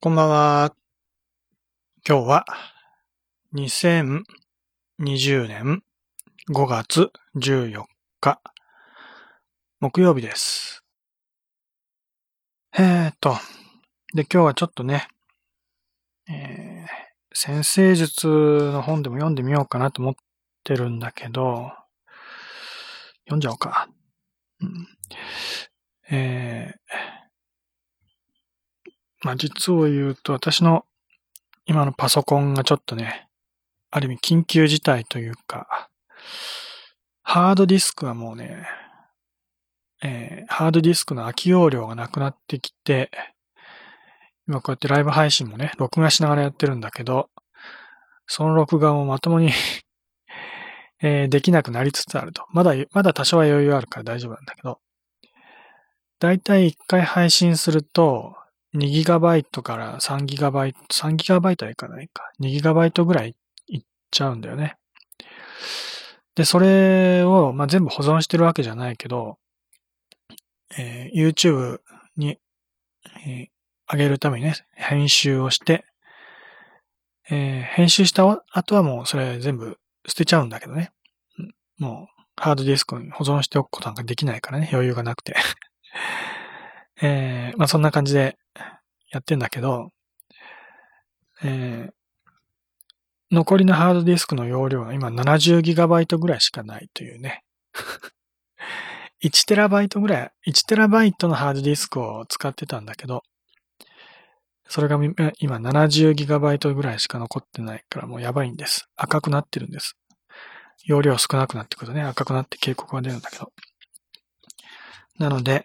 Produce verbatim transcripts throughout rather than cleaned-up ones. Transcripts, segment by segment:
こんばんは。今日はにせんにじゅうねんごがつじゅうよっか木曜日です。えーっと、で今日はちょっとね、えー、占星術の本でも読んでみようかなと思ってるんだけど、読んじゃおうか。うん、えー、まあ実を言うと私の今のパソコンがちょっとね、ある意味緊急事態というか、ハードディスクはもうね、えー、ハードディスクの空き容量がなくなってきて、今こうやってライブ配信もね、録画しながらやってるんだけど、その録画もまともにえー、できなくなりつつあると。まだ、まだ多少は余裕あるから大丈夫なんだけど、だいたいいっかい配信すると、にギガバイトから さんギガバイト、さんギガバイトはいかないか。にギガバイトぐらいいっちゃうんだよね。で、それを、まあ、全部保存してるわけじゃないけど、えー、YouTube に、えー上げるためにね、編集をして、えー、編集した後はもうそれ全部捨てちゃうんだけどね。もうハードディスクに保存しておくことなんかできないからね、余裕がなくて。えー、まあそんな感じでやってんだけど、えー、残りのハードディスクの容量が今 ななじゅうギガバイト ぐらいしかないというね。いちテラバイトぐらい、いちテラバイトのハードディスクを使ってたんだけど、それが今 ななじゅうギガバイト ぐらいしか残ってないからもうやばいんです。赤くなってるんです。容量少なくなってくるとね、赤くなって警告が出るんだけど。なので、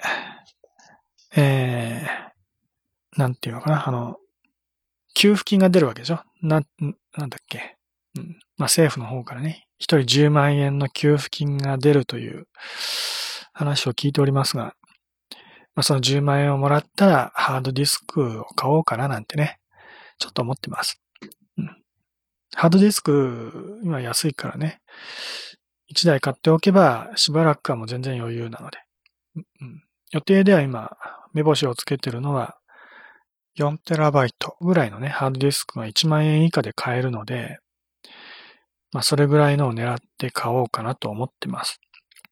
えー、なんていうのかな、あの、給付金が出るわけでしょな、なんだっけ。うん。まあ政府の方からね、一人じゅうまんえんの給付金が出るという話を聞いておりますが、まあそのじゅうまんえんをもらったらハードディスクを買おうかななんてね、ちょっと思ってます。うん。ハードディスク、今安いからね、いちだい買っておけばしばらくはもう全然余裕なので。うん、予定では今、目星をつけてるのは、よんテラバイトぐらいのね、ハードディスクがいちまんえん以下で買えるので、まあ、それぐらいのを狙って買おうかなと思ってます。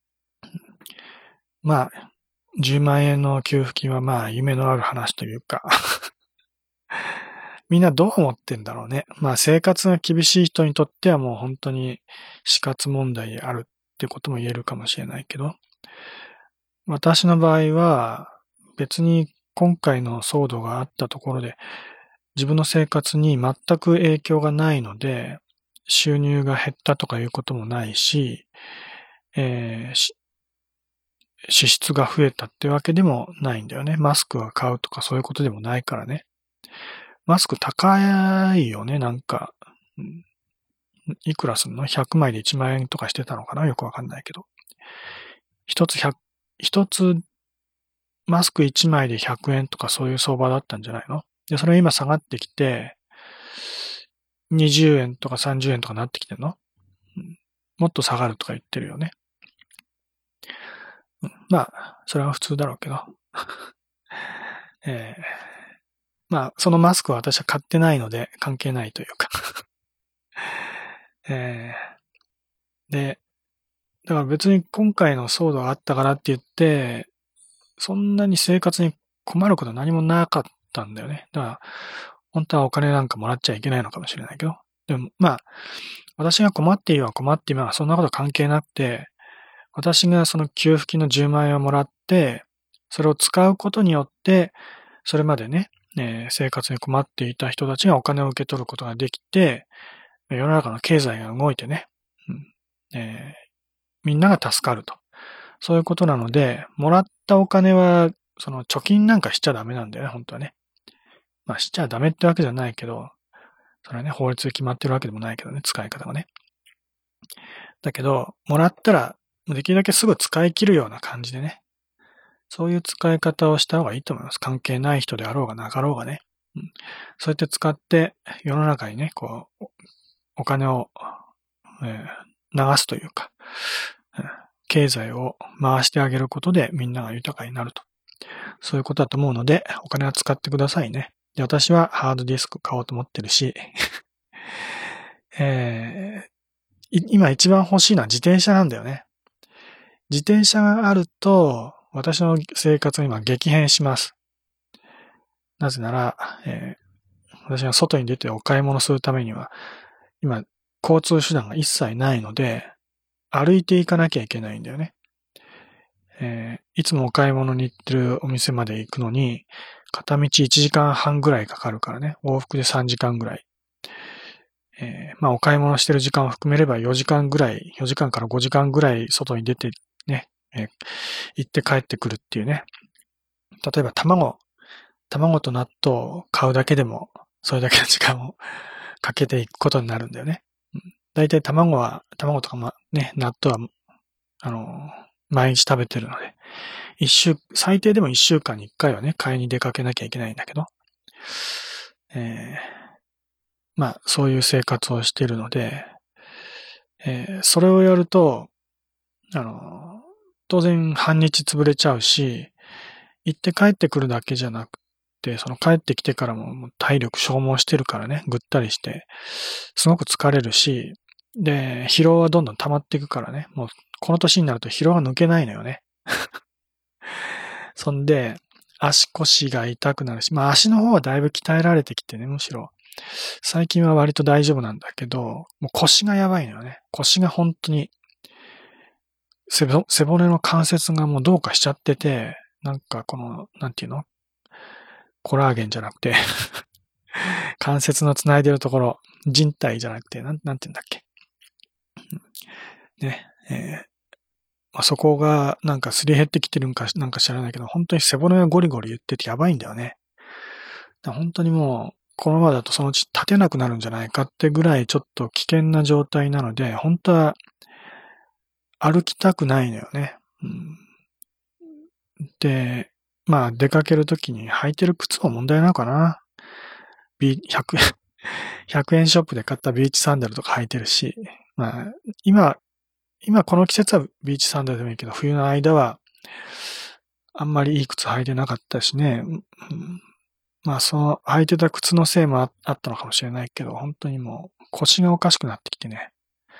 まあ、じゅうまんえんの給付金はまあ、夢のある話というかみんなどう思ってんだろうね。まあ、生活が厳しい人にとってはもう本当に死活問題であるってことも言えるかもしれないけど、私の場合は、別に今回の騒動があったところで、自分の生活に全く影響がないので、収入が減ったとかいうこともないし、えー、支出が増えたってわけでもないんだよね。マスクを買うとかそういうことでもないからね。マスク高いよね、なんか。いくらすんの ?ひゃく 枚でいちまんえんとかしてたのかなよくわかんないけど。一つ百、一つマスクいちまいでひゃくえんとかそういう相場だったんじゃないの？で、それ今下がってきて、にじゅうえんとかさんじゅうえんとかなってきてんの？うん、もっと下がるとか言ってるよね。うん、まあ、それは普通だろうけど。えー、まあ、そのマスクは私は買ってないので関係ないというか、えー。で、だから別に今回の騒動があったからって言って、そんなに生活に困ることは何もなかったんだよね。だから、本当はお金なんかもらっちゃいけないのかもしれないけど。でも、まあ、私が困っていれば困っていればそんなこと関係なくて、私がその給付金のじゅうまんえんをもらって、それを使うことによって、それまでね、えー、生活に困っていた人たちがお金を受け取ることができて、世の中の経済が動いてね、うんえー、みんなが助かると。そういうことなので、もらったお金は、その貯金なんかしちゃダメなんだよね、本当はね。まあしちゃダメってわけじゃないけど、それはね、法律で決まってるわけでもないけどね、使い方がね。だけど、もらったら、できるだけすぐ使い切るような感じでね。そういう使い方をした方がいいと思います。関係ない人であろうがなかろうがね。うん、そうやって使って、世の中にね、こう、お金を、えー、流すというか、うん、経済を回してあげることでみんなが豊かになると。そういうことだと思うので、お金は使ってくださいね。 で、私はハードディスク買おうと思ってるし、えー、今一番欲しいのは自転車なんだよね。自転車があると、私の生活が今激変します。なぜなら、えー、私が外に出てお買い物するためには、今、交通手段が一切ないので、歩いて行かなきゃいけないんだよね。えー、いつもお買い物に行ってるお店まで行くのに、片道いちじかんはんぐらいかかるからね。往復でさんじかんぐらい。えー、まあお買い物してる時間を含めればよじかんぐらい、よじかんからごじかんぐらい外に出てね、えー、行って帰ってくるっていうね。例えば卵、卵と納豆を買うだけでも、それだけの時間をかけていくことになるんだよね。だいたい卵は、卵とかま、ね、納豆は、あの、毎日食べてるので、一週、最低でも一週間に一回はね、買いに出かけなきゃいけないんだけど、えー、まあ、そういう生活をしているので、えー、それをやると、あの、当然半日潰れちゃうし、行って帰ってくるだけじゃなくて、その帰ってきてからももう体力消耗してるからね、ぐったりして、すごく疲れるし、で、疲労はどんどん溜まっていくからね、もうこの年になると疲労が抜けないのよね。そんで、足腰が痛くなるし、まあ足の方はだいぶ鍛えられてきてね、むしろ。最近は割と大丈夫なんだけど、もう腰がやばいのよね。腰が本当に、背骨の関節がもうどうかしちゃってて、なんかこの、なんていうのコラーゲンじゃなくて関節の繋いでるところ、人体じゃなくて、なん、なんて言うんだっけ。ね、えーまあ、そこがなんかすり減ってきてるんかなんか知らないけど、本当に背骨がゴリゴリ言っててやばいんだよね。だ本当にもう、このままだとそのうち立てなくなるんじゃないかってぐらいちょっと危険な状態なので、本当は歩きたくないのよね。うん、で、まあ出かけるときに履いてる靴も問題なのかな。ひゃくえん、ひゃくえんショップで買ったビーチサンダルとか履いてるし、まあ今、今この季節はビーチサンダルでもいいけど、冬の間はあんまりいい靴履いてなかったしね。うん、まあその履いてた靴のせいもあったのかもしれないけど、本当にもう腰がおかしくなってきてね。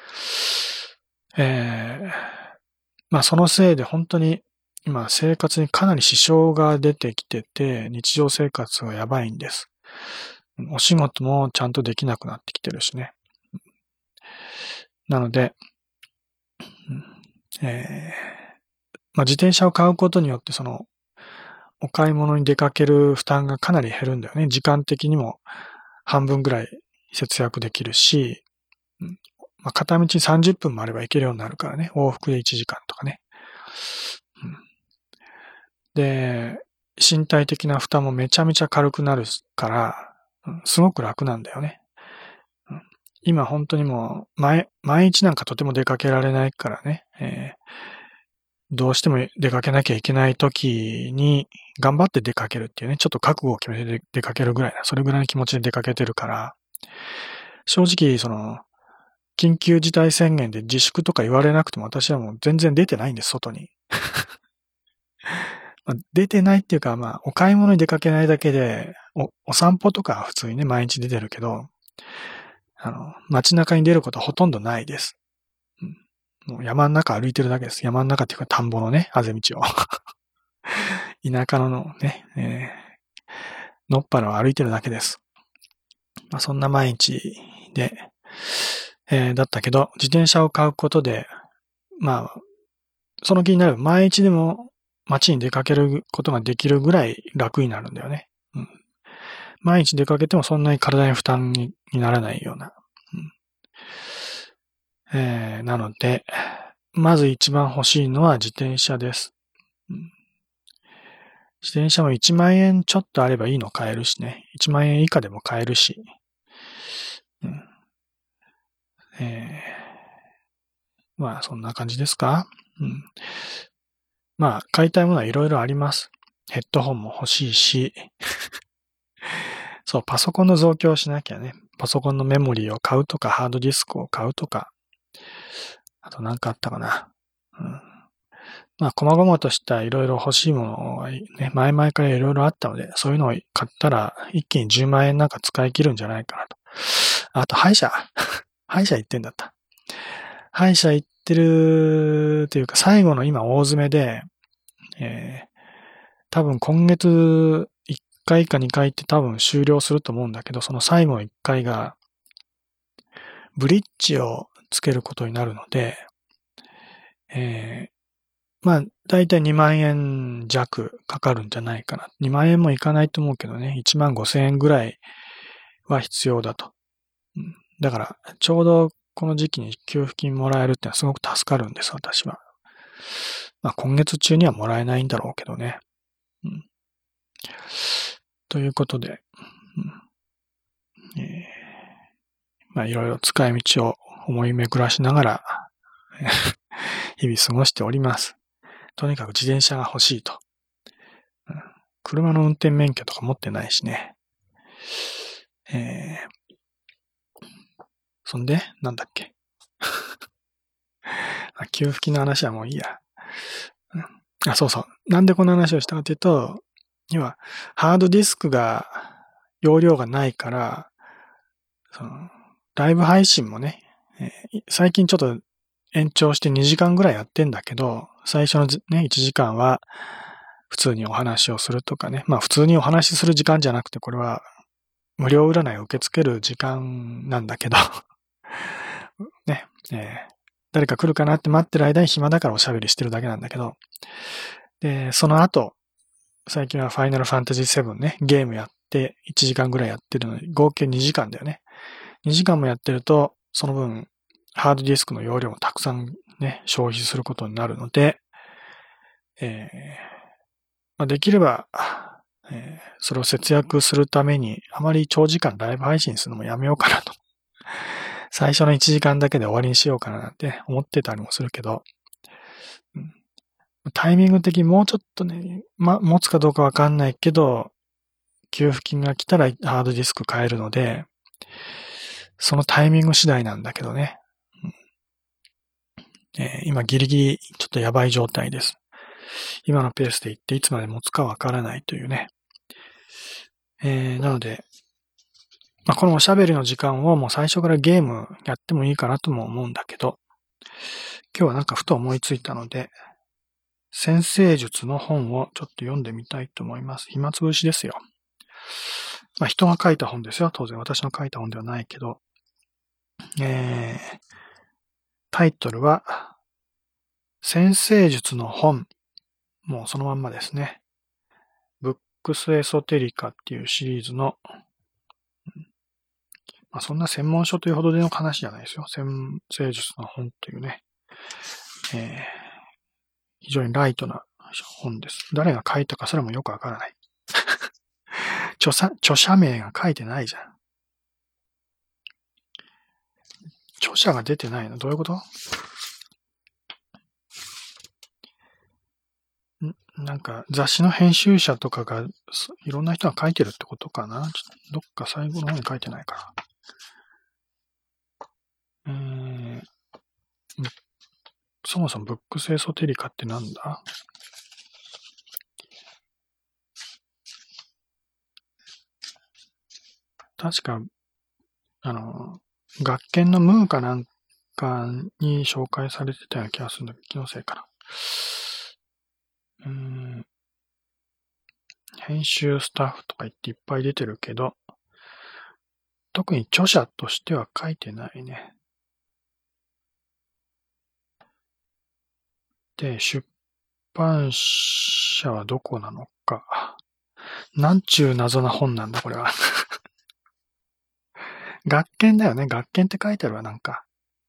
えー、まあそのせいで本当に今生活にかなり支障が出てきてて、日常生活がやばいんです。お仕事もちゃんとできなくなってきてるしね。なので、えーまあ、自転車を買うことによってそのお買い物に出かける負担がかなり減るんだよね。時間的にも半分ぐらい節約できるし、うんまあ、片道さんじゅっぷんもあれば行けるようになるからね。往復でいちじかんとかね。うん、で、身体的な負担もめちゃめちゃ軽くなるから、うん、すごく楽なんだよね。うん、今本当にもう、毎、毎日なんかとても出かけられないからね。えーどうしても出かけなきゃいけない時に頑張って出かけるっていうね、ちょっと覚悟を決めて出かけるぐらいな、それぐらいの気持ちで出かけてるから、正直、その、緊急事態宣言で自粛とか言われなくても私はもう全然出てないんです、外に。まあ、出てないっていうか、まあ、お買い物に出かけないだけで、お、お散歩とかは普通にね、毎日出てるけど、あの、街中に出ることはほとんどないです。うん、もう山の中歩いてるだけです。山の中っていうか田んぼのね、あぜ道を。田舎のね、えー、のっぱらを歩いてるだけです。まあ、そんな毎日で、えー、だったけど、自転車を買うことで、まあ、その気になる毎日でも街に出かけることができるぐらい楽になるんだよね。うん、毎日出かけてもそんなに体に負担にならないような。うんえー、なので、まず一番欲しいのは自転車です。うん、自転車もいちまんえんちょっとあればいいの買えるしね。いちまんえん以下でも買えるし。うんえー、まあ、そんな感じですか。うん、まあ、買いたいものはいろいろあります。ヘッドホンも欲しいし、そう、パソコンの増強をしなきゃね。パソコンのメモリーを買うとか、ハードディスクを買うとか、あと何かあったかな。うん、 まあ、細々としたいろいろ欲しいものがね、前々からいろいろあったので、そういうのを買ったら一気にじゅうまんえんなんか使い切るんじゃないかなと。あと、歯医者。歯医者行ってんだった。歯医者行ってるというか、最後の今大詰めで、えー、多分今月いっかいかにかいって多分終了すると思うんだけど、その最後のいっかいが、ブリッジをつけることになるので、えー、まあ、だいたいにまんえん弱かかるんじゃないかな。にまんえんもいかないと思うけどね、いちまんごせんえんぐらいは必要だと。うん、だから、ちょうどこの時期に給付金もらえるってのはすごく助かるんです、私は。まあ、今月中にはもらえないんだろうけどね。うん、ということで、うん、えー、まあ、いろいろ使い道を思い巡らしながら、日々過ごしております。とにかく自転車が欲しいと。うん、車の運転免許とか持ってないしね。えー、そんで、なんだっけ。給付金の話はもういいや。うん、あ、そうそう。なんでこの話をしたかというと、要は、ハードディスクが、容量がないから、その、ライブ配信もね、えー、最近ちょっと延長してにじかんぐらいやってんだけど、最初のね、いちじかんは普通にお話をするとかね。まあ普通にお話しする時間じゃなくて、これは無料占いを受け付ける時間なんだけど、ね、えー、誰か来るかなって待ってる間に暇だからおしゃべりしてるだけなんだけど、で、その後、最近はファイナルファンタジーセブンね、ゲームやっていちじかんぐらいやってるのに、合計にじかんだよね。にじかんもやってると、その分、ハードディスクの容量もたくさんね、消費することになるので、えーまあ、できれば、えー、それを節約するために、あまり長時間ライブ配信するのもやめようかなと。最初のいちじかんだけで終わりにしようかなって思ってたりもするけど、うん、タイミング的にもうちょっとね、ま、持つかどうかわかんないけど、給付金が来たらハードディスク買えるので、そのタイミング次第なんだけどね。うん、えー、今ギリギリちょっとやばい状態です。今のペースで行っていつまで持つかわからないというね。えー、なので、まあ、このおしゃべりの時間をもう最初からゲームやってもいいかなとも思うんだけど、今日はなんかふと思いついたので、占星術の本をちょっと読んでみたいと思います。暇つぶしですよ。まあ、人が書いた本ですよ。当然私の書いた本ではないけど、えー、タイトルは、占星術の本。もうそのまんまですね。ブックスエソテリカっていうシリーズの、まあ、そんな専門書というほどでの話じゃないですよ。占星術の本っていうね、えー、非常にライトな本です。誰が書いたかすらもよくわからない。著者、著者名が書いてないじゃん。著者が出てないのどういうこと？んなんか雑誌の編集者とかがいろんな人が書いてるってことかな？どっか最後の方に書いてないから。えー、そもそもブックスエソテリカってなんだ？確か、あの、学研のムーかなんかに紹介されてたような気がするんだけど、気のせいかな。うーん、編集スタッフとか言っていっぱい出てるけど、特に著者としては書いてないね。で、出版社はどこなのか。なんちゅう謎な本なんだ、これは。学研だよね。学研って書いてあるわ、なんか。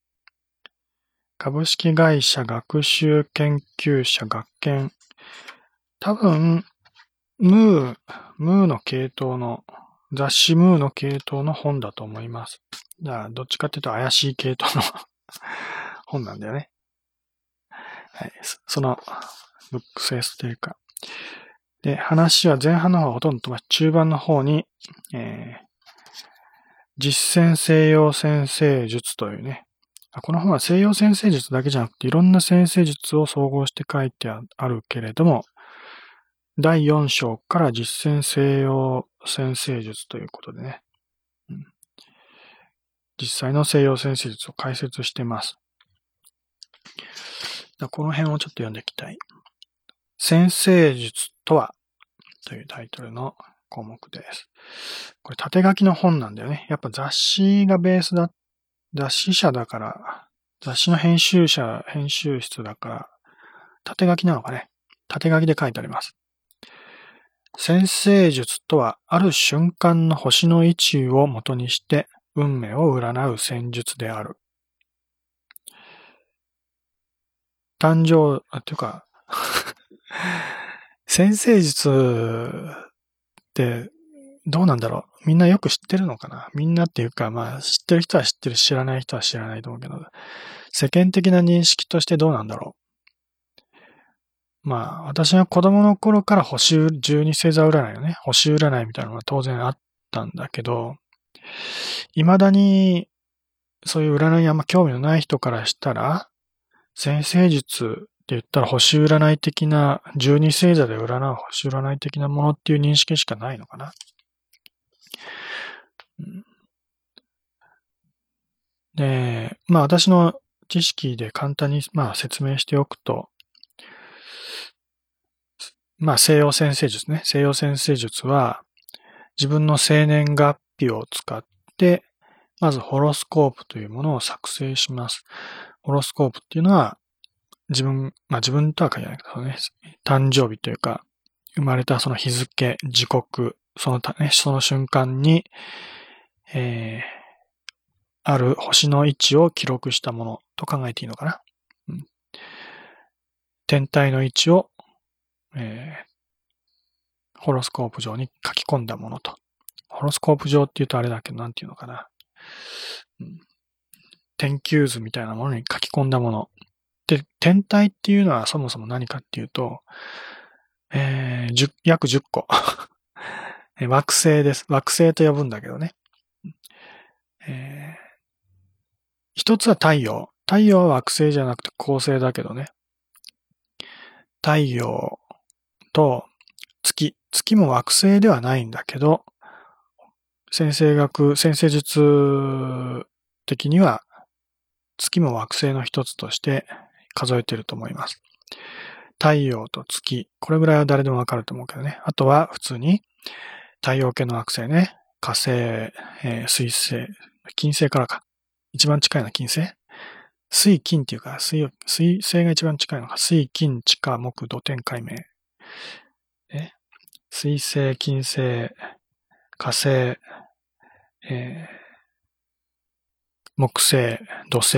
株式会社学習研究者学研。多分、ムー、ムーの系統の、雑誌ムーの系統の本だと思います。だから、どっちかっていうと怪しい系統の本なんだよね。はい。その、ブックスエスというか。で、話は前半の方はほとんど飛ばし、中盤の方に、えー、実践西洋占星術というね、 この本は西洋占星術だけじゃなくていろんな占星術を総合して書いてあるけれども、だいよん章から実践西洋占星術ということでね、うん、実際の西洋占星術を解説しています。この辺をちょっと読んでいきたい。占星術とはというタイトルの項目です。これ縦書きの本なんだよね。やっぱ雑誌がベースだ、雑誌社だから、雑誌の編集者、編集室だから、縦書きなのかね。縦書きで書いてあります。占星術とは、ある瞬間の星の位置を元にして運命を占う戦術である。誕生、あ、というか、占星術ってどうなんだろう。みんなよく知ってるのかな。みんなっていうか、まあ知ってる人は知ってる、知らない人は知らないと思うけど、世間的な認識としてどうなんだろう。まあ私は子供の頃から星十二星座占いよね。星占いみたいなのが当然あったんだけど、未だにそういう占いにあんま興味のない人からしたら、占星術って言ったら星占い的な、十二星座で占う星占い的なものっていう認識しかないのかな。うん、で、まあ私の知識で簡単にまあ説明しておくと、まあ西洋占星術ね。西洋占星術は自分の生年月日を使って、まずホロスコープというものを作成します。ホロスコープっていうのは自分、まあ自分とは限らないけどね、誕生日というか、生まれたその日付、時刻、その、ね、その瞬間に、えー、ある星の位置を記録したものと考えていいのかな。うん、天体の位置を、えー、ホロスコープ上に書き込んだものと。ホロスコープ上って言うとあれだけど、なんていうのかな。うん、天球図みたいなものに書き込んだもの。で、天体っていうのはそもそも何かっていうと、えー、約じゅっこ。惑星です。惑星と呼ぶんだけどね。えー、一つは太陽。太陽は惑星じゃなくて恒星だけどね。太陽と月。月も惑星ではないんだけど、占星学、占星術的には月も惑星の一つとして数えていると思います。太陽と月。これぐらいは誰でもわかると思うけどね。あとは普通に太陽系の惑星ね。火星、えー、水星、金星からか。一番近いのは金星。水金っていうか、水、水星が一番近いのか。水金地下木土天海明。え水星、金星、火星、えー、木星、土星、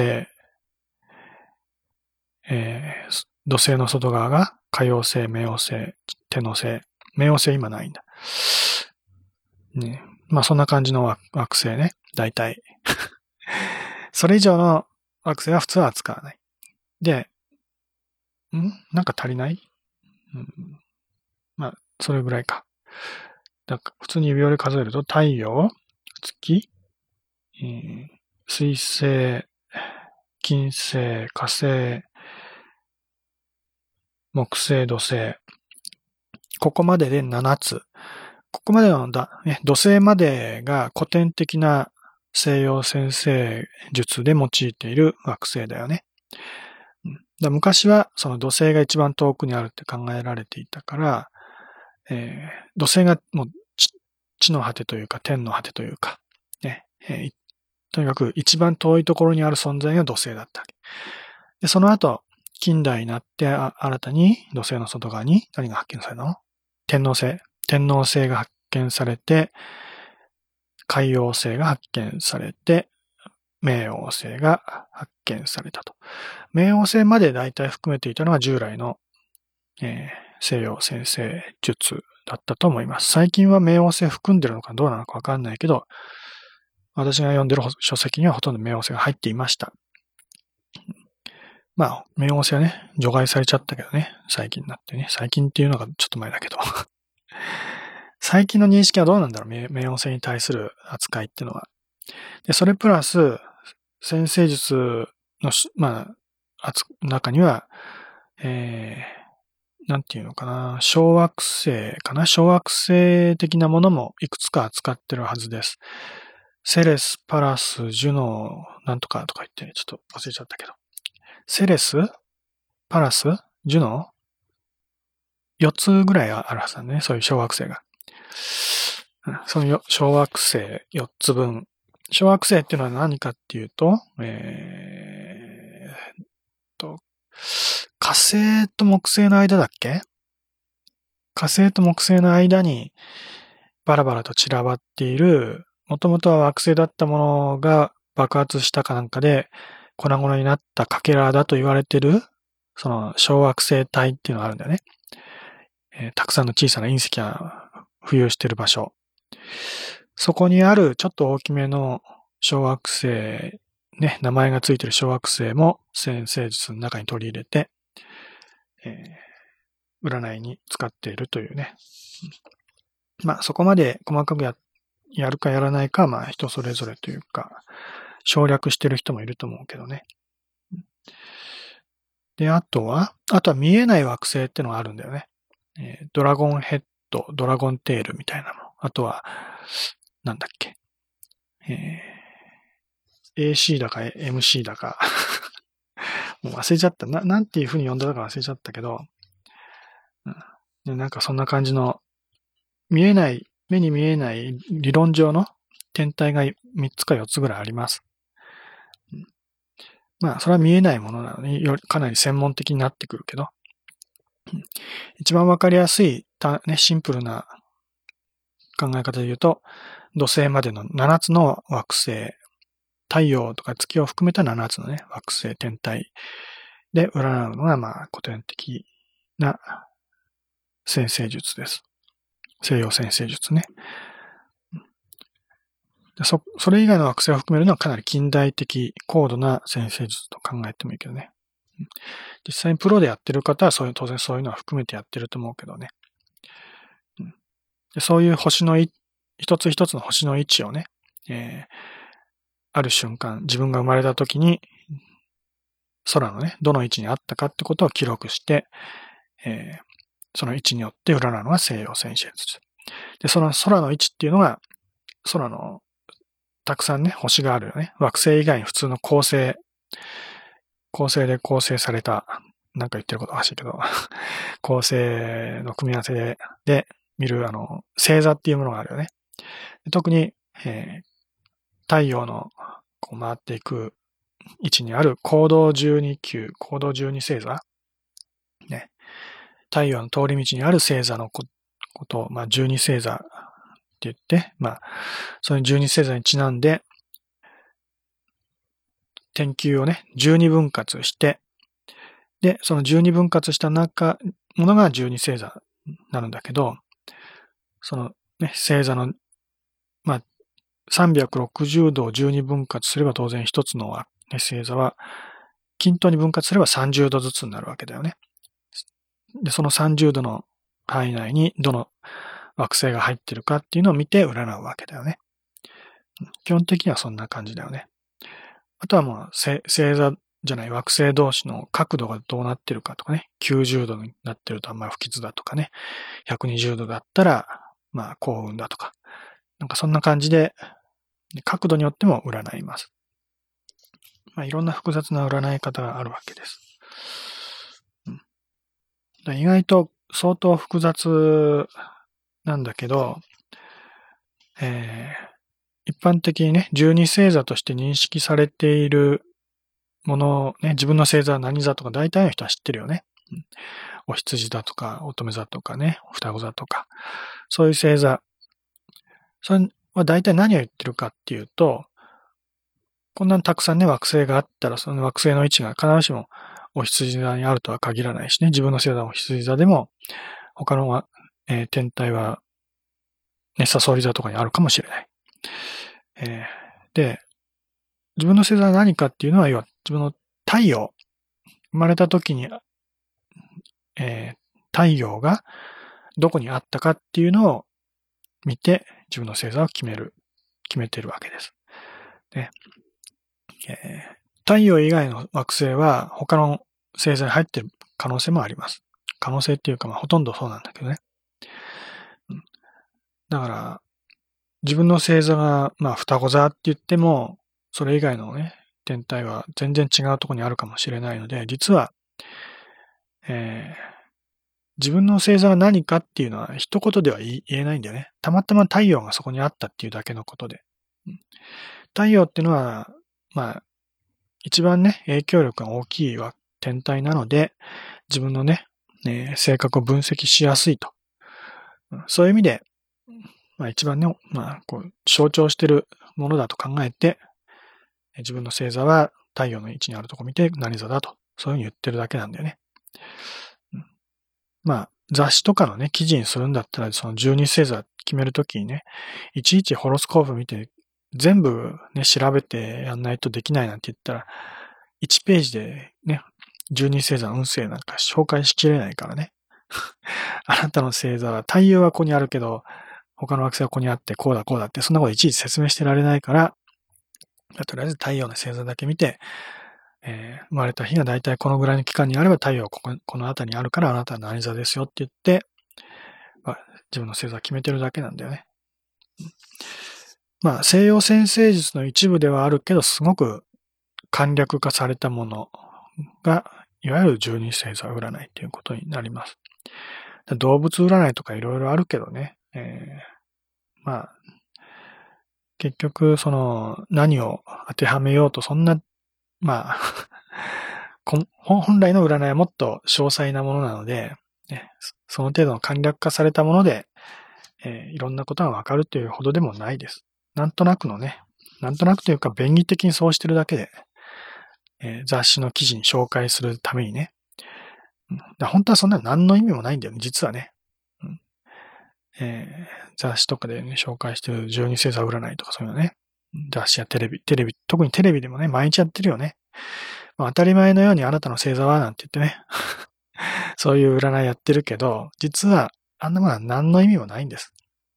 えー、土星の外側が海王星、冥王星、天王星。冥王星今ないんだ。ね。まあそんな感じの惑星ね。大体。それ以上の惑星は普通は扱わない。で、んなんか足りない、うん、まあ、それぐらいか。だから普通に指折り数えると、太陽、月、えー、水星、金星、火星、木星、土星。ここまででななつ。ここまでのだ、ね、土星までが古典的な西洋占星術で用いている惑星だよね。だ昔はその土星が一番遠くにあるって考えられていたから、えー、土星がもう地の果てというか天の果てというか、ねえー、とにかく一番遠いところにある存在が土星だった。で、その後、近代になって新たに土星の外側に何が発見されたの？天王星。天王星が発見されて、海王星が発見されて、冥王星が発見されたと。冥王星まで大体含めていたのは従来の、えー、西洋占星術だったと思います。最近は冥王星含んでるのかどうなのかわかんないけど、私が読んでる書籍にはほとんど冥王星が入っていました。まあ、冥王星はね、除外されちゃったけどね、最近になってね。最近っていうのがちょっと前だけど。最近の認識はどうなんだろう、冥王星に対する扱いっていうのは。で、それプラス、占星術のし、まあ、中には、えー、なんていうのかな、小惑星かな、小惑星的なものもいくつか扱ってるはずです。セレス、パラス、ジュノー、なんとかとか言って、ちょっと忘れちゃったけど。セレス、パラス、ジュノー、よっつぐらいあるはずだね、そういう小惑星が。その小惑星よっつぶん。小惑星っていうのは何かっていうと、えー、と、火星と木星の間だっけ？火星と木星の間にバラバラと散らばっている、もともとは惑星だったものが爆発したかなんかで粉々になったかけらだと言われている、その小惑星帯っていうのがあるんだよね。えー、たくさんの小さな隕石が浮遊している場所。そこにあるちょっと大きめの小惑星、ね、名前がついている小惑星も占星術の中に取り入れて、えー、占いに使っているというね。まあそこまで細かく や, やるかやらないかはまあ人それぞれというか、省略してる人もいると思うけどね。で、あとは、あとは見えない惑星ってのがあるんだよね。えー、ドラゴンヘッド、ドラゴンテールみたいなの。あとは、なんだっけ。えー、エーシー だか エムシー だか。もう忘れちゃった。な、なんていう風に呼んだか忘れちゃったけど、うん、でなんかそんな感じの、見えない、目に見えない理論上の天体がみっつかよっつぐらいあります。うん、まあ、それは見えないものなので、よりかなり専門的になってくるけど、うん、一番わかりやすい、ね、シンプルな考え方で言うと、土星までのななつの惑星、太陽とか月を含めたななつのね、惑星天体で占うのが、まあ、古典的な占星術です。西洋占星術ね。そ、それ以外の惑星を含めるのはかなり近代的、高度な占星術と考えてもいいけどね。実際にプロでやってる方はそういう、当然そういうのは含めてやってると思うけどね。でそういう星のい、一つ一つの星の位置をね、えー、ある瞬間、自分が生まれた時に、空のね、どの位置にあったかってことを記録して、えー、その位置によって占うのが西洋占星術。で、その空の位置っていうのが、空のたくさんね、星があるよね。惑星以外に普通の恒星、恒星で構成された、なんか言ってることおかしいけど、恒星の組み合わせで、で見る、あの、星座っていうものがあるよね。特に、えー、太陽のこう回っていく位置にある高度じゅうに級、高度じゅうに星座。ね。太陽の通り道にある星座のことを、まあ、じゅうに星座って言って、まあ、そのじゅうに星座にちなんで、天球をね、じゅうにぶん割して、で、そのじゅうにぶん割した中、ものがじゅうに星座になるんだけど、そのね、星座の、まあ、さんびゃくろくじゅうどをじゅうにぶん割すれば当然一つの、ね、星座は、均等に分割すればさんじゅうどずつになるわけだよね。で、そのさんじゅうどの範囲内にどの惑星が入ってるかっていうのを見て占うわけだよね。基本的にはそんな感じだよね。あとはもう星座じゃない惑星同士の角度がどうなってるかとかね。きゅうじゅうどになってるとあんまり不吉だとかね。ひゃくにじゅうどだったらまあ幸運だとか。なんかそんな感じで角度によっても占います。まあいろんな複雑な占い方があるわけです。うん、意外と相当複雑なんだけど、えー、一般的にね、じゅうに星座として認識されているものをね、自分の星座は何座とか大体の人は知ってるよね。うん、お羊座とか乙女座とかね、双子座とか、そういう星座。それは大体何を言ってるかっていうと、こんなにたくさんね、惑星があったら、その惑星の位置が必ずしもお羊座にあるとは限らないしね、自分の星座はお羊座でも、他の、えー、天体は、ね、サソリ座とかにあるかもしれない。えー、で、自分の星座は何かっていうのは、要は自分の太陽、生まれた時に、えー、太陽がどこにあったかっていうのを見て、自分の星座を決める、決めてるわけです。で、えー、 太陽以外の惑星は他の星座に入っている可能性もあります。可能性っていうか、まあほとんどそうなんだけどね。うん、だから、自分の星座が、まあ双子座って言っても、それ以外のね、天体は全然違うところにあるかもしれないので、実は、えー、自分の星座が何かっていうのは一言では言えないんだよね。たまたま太陽がそこにあったっていうだけのことで。うん、太陽っていうのは、まあ、一番ね、影響力が大きい天体なので、自分のね、ね性格を分析しやすいと。そういう意味で、まあ一番ね、まあ、こう、象徴しているものだと考えて、自分の星座は太陽の位置にあるとこ見て何座だと、そういうふうに言ってるだけなんだよね。うん、まあ、雑誌とかのね、記事にするんだったら、そのじゅうに星座決めるときにね、いちいちホロスコープ見て、全部ね、調べてやんないとできないなんて言ったら、いちページでね、じゅうに星座の運勢なんか紹介しきれないからね。あなたの星座は太陽はここにあるけど、他の惑星はここにあって、こうだこうだって、そんなこといちいち説明してられないから、とりあえず太陽の星座だけ見て、えー、生まれた日がだいたいこのぐらいの期間にあれば太陽はここ、この辺りにあるからあなたは何座ですよって言って、まあ、自分の星座決めてるだけなんだよね。まあ、西洋占星術の一部ではあるけど、すごく簡略化されたものが、いわゆる十二星座占いということになります。動物占いとかいろいろあるけどね、えー、まあ、結局、その、何を当てはめようと、そんな、まあ、本来の占いはもっと詳細なものなので、ね、その程度の簡略化されたもので、えー、いろんなことがわかるというほどでもないです。なんとなくのね、なんとなくというか便宜的にそうしてるだけで、えー、雑誌の記事に紹介するためにね、うん、だ本当はそんな何の意味もないんだよね、実はね。うん、えー、雑誌とかでね、紹介してるじゅうに星座占いとかそういうのね、雑誌やテレビ、テレビ、特にテレビでもね、毎日やってるよね。まあ、当たり前のようにあなたの星座はなんて言ってね、そういう占いやってるけど、実はあんなものは何の意味もないんです。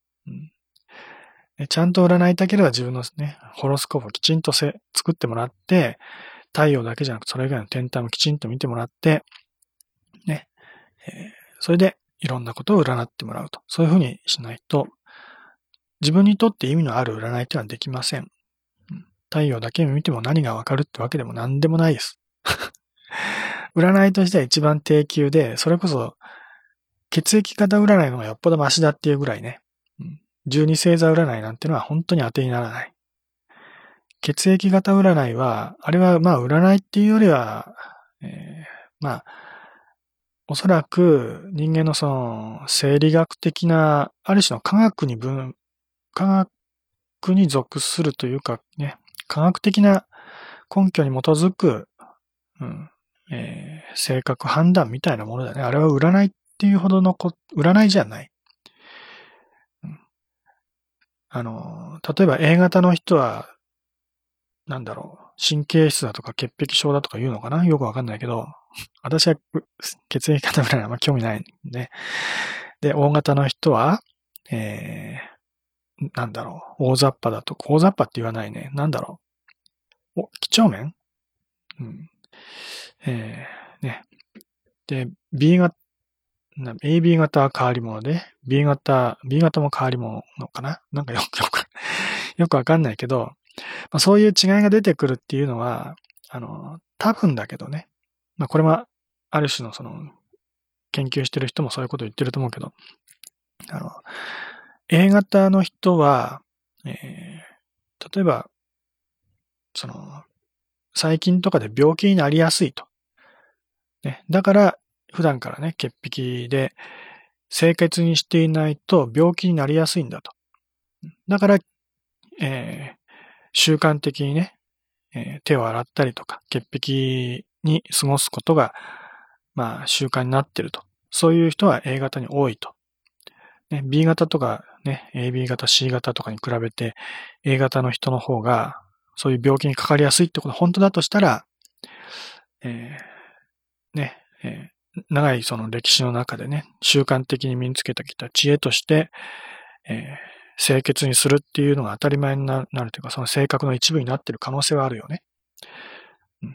うん、ちゃんと占いたければ自分のね、ホロスコープをきちんとせ作ってもらって、太陽だけじゃなくそれ以外の天体もきちんと見てもらって、ね、えー、それでいろんなことを占ってもらうと。そういうふうにしないと、自分にとって意味のある占いってのはできません。うん、太陽だけ見ても何がわかるってわけでも何でもないです。占いとしては一番低級で、それこそ血液型占いの方がよっぽどマシだっていうぐらいね。うん、十二星座占いなんてのは本当に当てにならない。血液型占いは、あれはまあ占いっていうよりは、えー、まあ、おそらく人間のその生理学的な、ある種の科学に分、科学に属するというかね、科学的な根拠に基づく、うんえー、性格判断みたいなものだね。あれは占いっていうほどのこ、占いじゃない。うん、あの、例えば A 型の人は、なんだろう、神経質だとか潔癖症だとか言うのかなよくわかんないけど、私は血液型占いあんま興味ないんで。で、O 型の人は、えー、なんだろう、大雑把だとか、大雑把って言わないね。なんだろう、お、几帳面うん。えー、ね。で、B 型、エービー 型は変わり者で、B 型、B 型も変わり者のかななんかよくよく、よくわかんないけど、まあ、そういう違いが出てくるっていうのは、あの、多分だけどね。まあ、これは、ある種のその、研究してる人もそういうこと言ってると思うけど、あの、A 型の人は、えー、例えば、その、細菌とかで病気になりやすいと。ね、だから、普段からね、潔癖で、清潔にしていないと病気になりやすいんだと。だから、えー、習慣的にね、えー、手を洗ったりとか、潔癖に過ごすことが、まあ、習慣になっていると。そういう人は A 型に多いと。ね、B 型とかね、エービー 型、C 型とかに比べて A 型の人の方が、そういう病気にかかりやすいってことが本当だとしたら、えー、ね、えー、長いその歴史の中でね、習慣的に身につけてきた知恵として、えー、清潔にするっていうのが当たり前になるというか、その性格の一部になっている可能性はあるよね。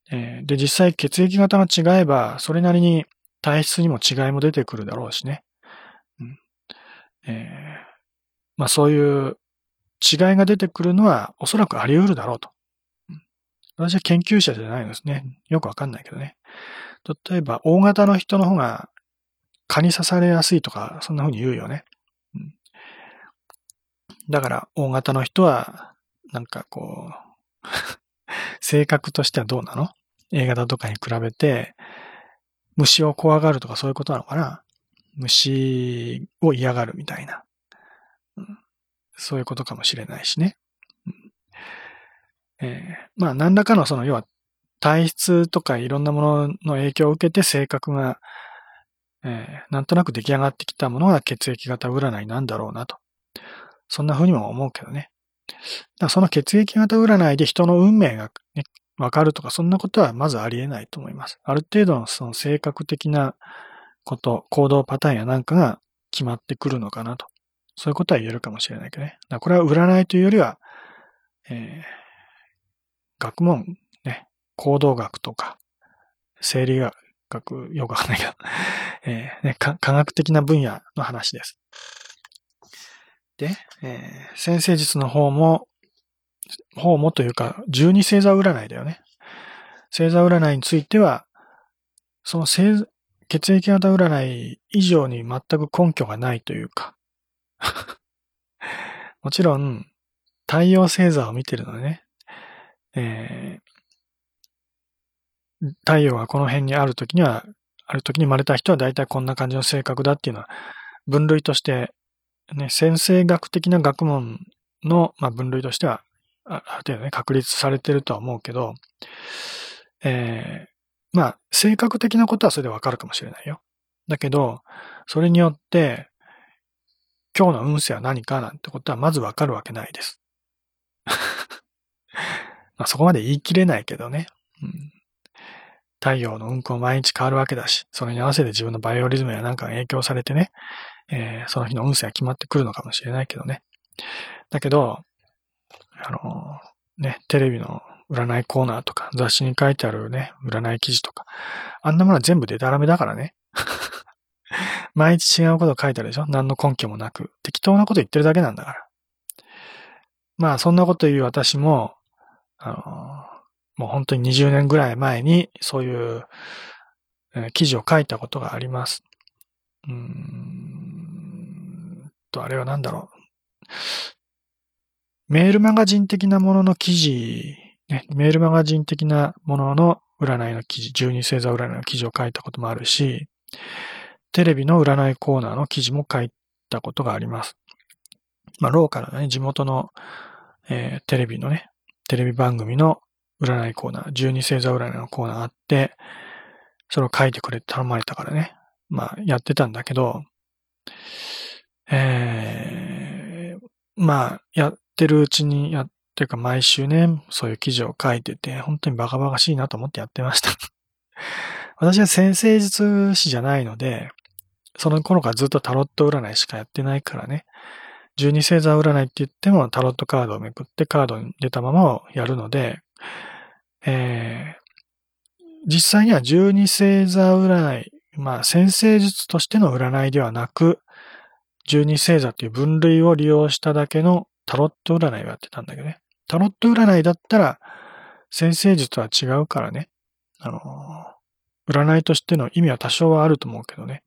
えーで、実際血液型が違えば、それなりに体質にも違いも出てくるだろうしね。うんえーまあそういう違いが出てくるのはおそらくあり得るだろうと。うん私は研究者じゃないんですね。よくわかんないけどね。例えば、大型の人の方が蚊に刺されやすいとか、そんな風に言うよね。うん、だから、大型の人は、なんかこう、性格としてはどうなの？ A 型とかに比べて、虫を怖がるとかそういうことなのかな？虫を嫌がるみたいな。うん、そういうことかもしれないしね。うんえーまあ、何らかのその、要は、体質とかいろんなものの影響を受けて性格が、えーなんとなく出来上がってきたものが血液型占いなんだろうなと。そんな風にも思うけどね。だからその血液型占いで人の運命が、ね、わかるとか、そんなことはまずありえないと思います。ある程度のその性格的なこと、行動パターンやなんかが決まってくるのかなと。そういうことは言えるかもしれないけどね。だからこれは占いというよりは、えー学問、ね、行動学とか、生理学、よくわかんないけど、えーね、科学的な分野の話です。で、えー、先生術の方も、方もというか、十二星座占いだよね。星座占いについては、その星血液型占い以上に全く根拠がないというか、もちろん、太陽星座を見てるのでね、えー、太陽がこの辺にあるときには、あるときに生まれた人は大体こんな感じの性格だっていうのは、分類として、ね、先生学的な学問の、まあ、分類としては、ある程度ね、確立されてるとは思うけど、えー、まあ、性格的なことはそれでわかるかもしれないよ。だけど、それによって、今日の運勢は何かなんてことはまずわかるわけないです。まあそこまで言い切れないけどね。うん、太陽の運行毎日変わるわけだし、それに合わせて自分のバイオリズムやなんかが影響されてね、えー、その日の運勢が決まってくるのかもしれないけどね。だけど、あのー、ね、テレビの占いコーナーとか、雑誌に書いてあるね、占い記事とか、あんなものは全部デタラメだからね。毎日違うこと書いてあるでしょ？何の根拠もなく。適当なこと言ってるだけなんだから。まあ、そんなこと言う私も、あの、もう本当ににじゅうねんぐらい前に、そういう、えー記事を書いたことがあります。うーんと、あれは何だろう。メールマガジン的なものの記事、ね、メールマガジン的なものの占いの記事、十二星座占いの記事を書いたこともあるし、テレビの占いコーナーの記事も書いたことがあります。まあ、ローカルなね、地元の、えーテレビのね、テレビ番組の占いコーナー、十二星座占いのコーナーがあって、それを書いてくれって頼まれたからね、まあ、やってたんだけど、えー、まあ、やってるうちに、やっていうか毎週ね、そういう記事を書いてて、本当にバカバカしいなと思ってやってました。私は先生術師じゃないので、その頃からずっとタロット占いしかやってないからね。十二星座占いって言ってもタロットカードをめくってカードに出たままをやるので、えー、実際には十二星座占い、まあ先生術としての占いではなく、十二星座という分類を利用しただけのタロット占いをやってたんだけどね。タロット占いだったら先生術とは違うからね。あの、占いとしての意味は多少はあると思うけどね。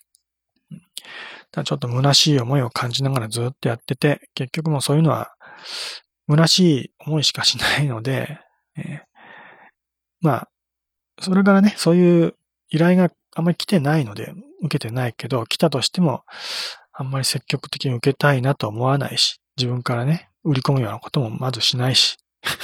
ただちょっと虚しい思いを感じながらずっとやってて、結局もうそういうのは虚しい思いしかしないので、えー、まあ、それからね、そういう依頼があんまり来てないので、受けてないけど、来たとしても、あんまり積極的に受けたいなと思わないし、自分からね、売り込むようなこともまずしないし、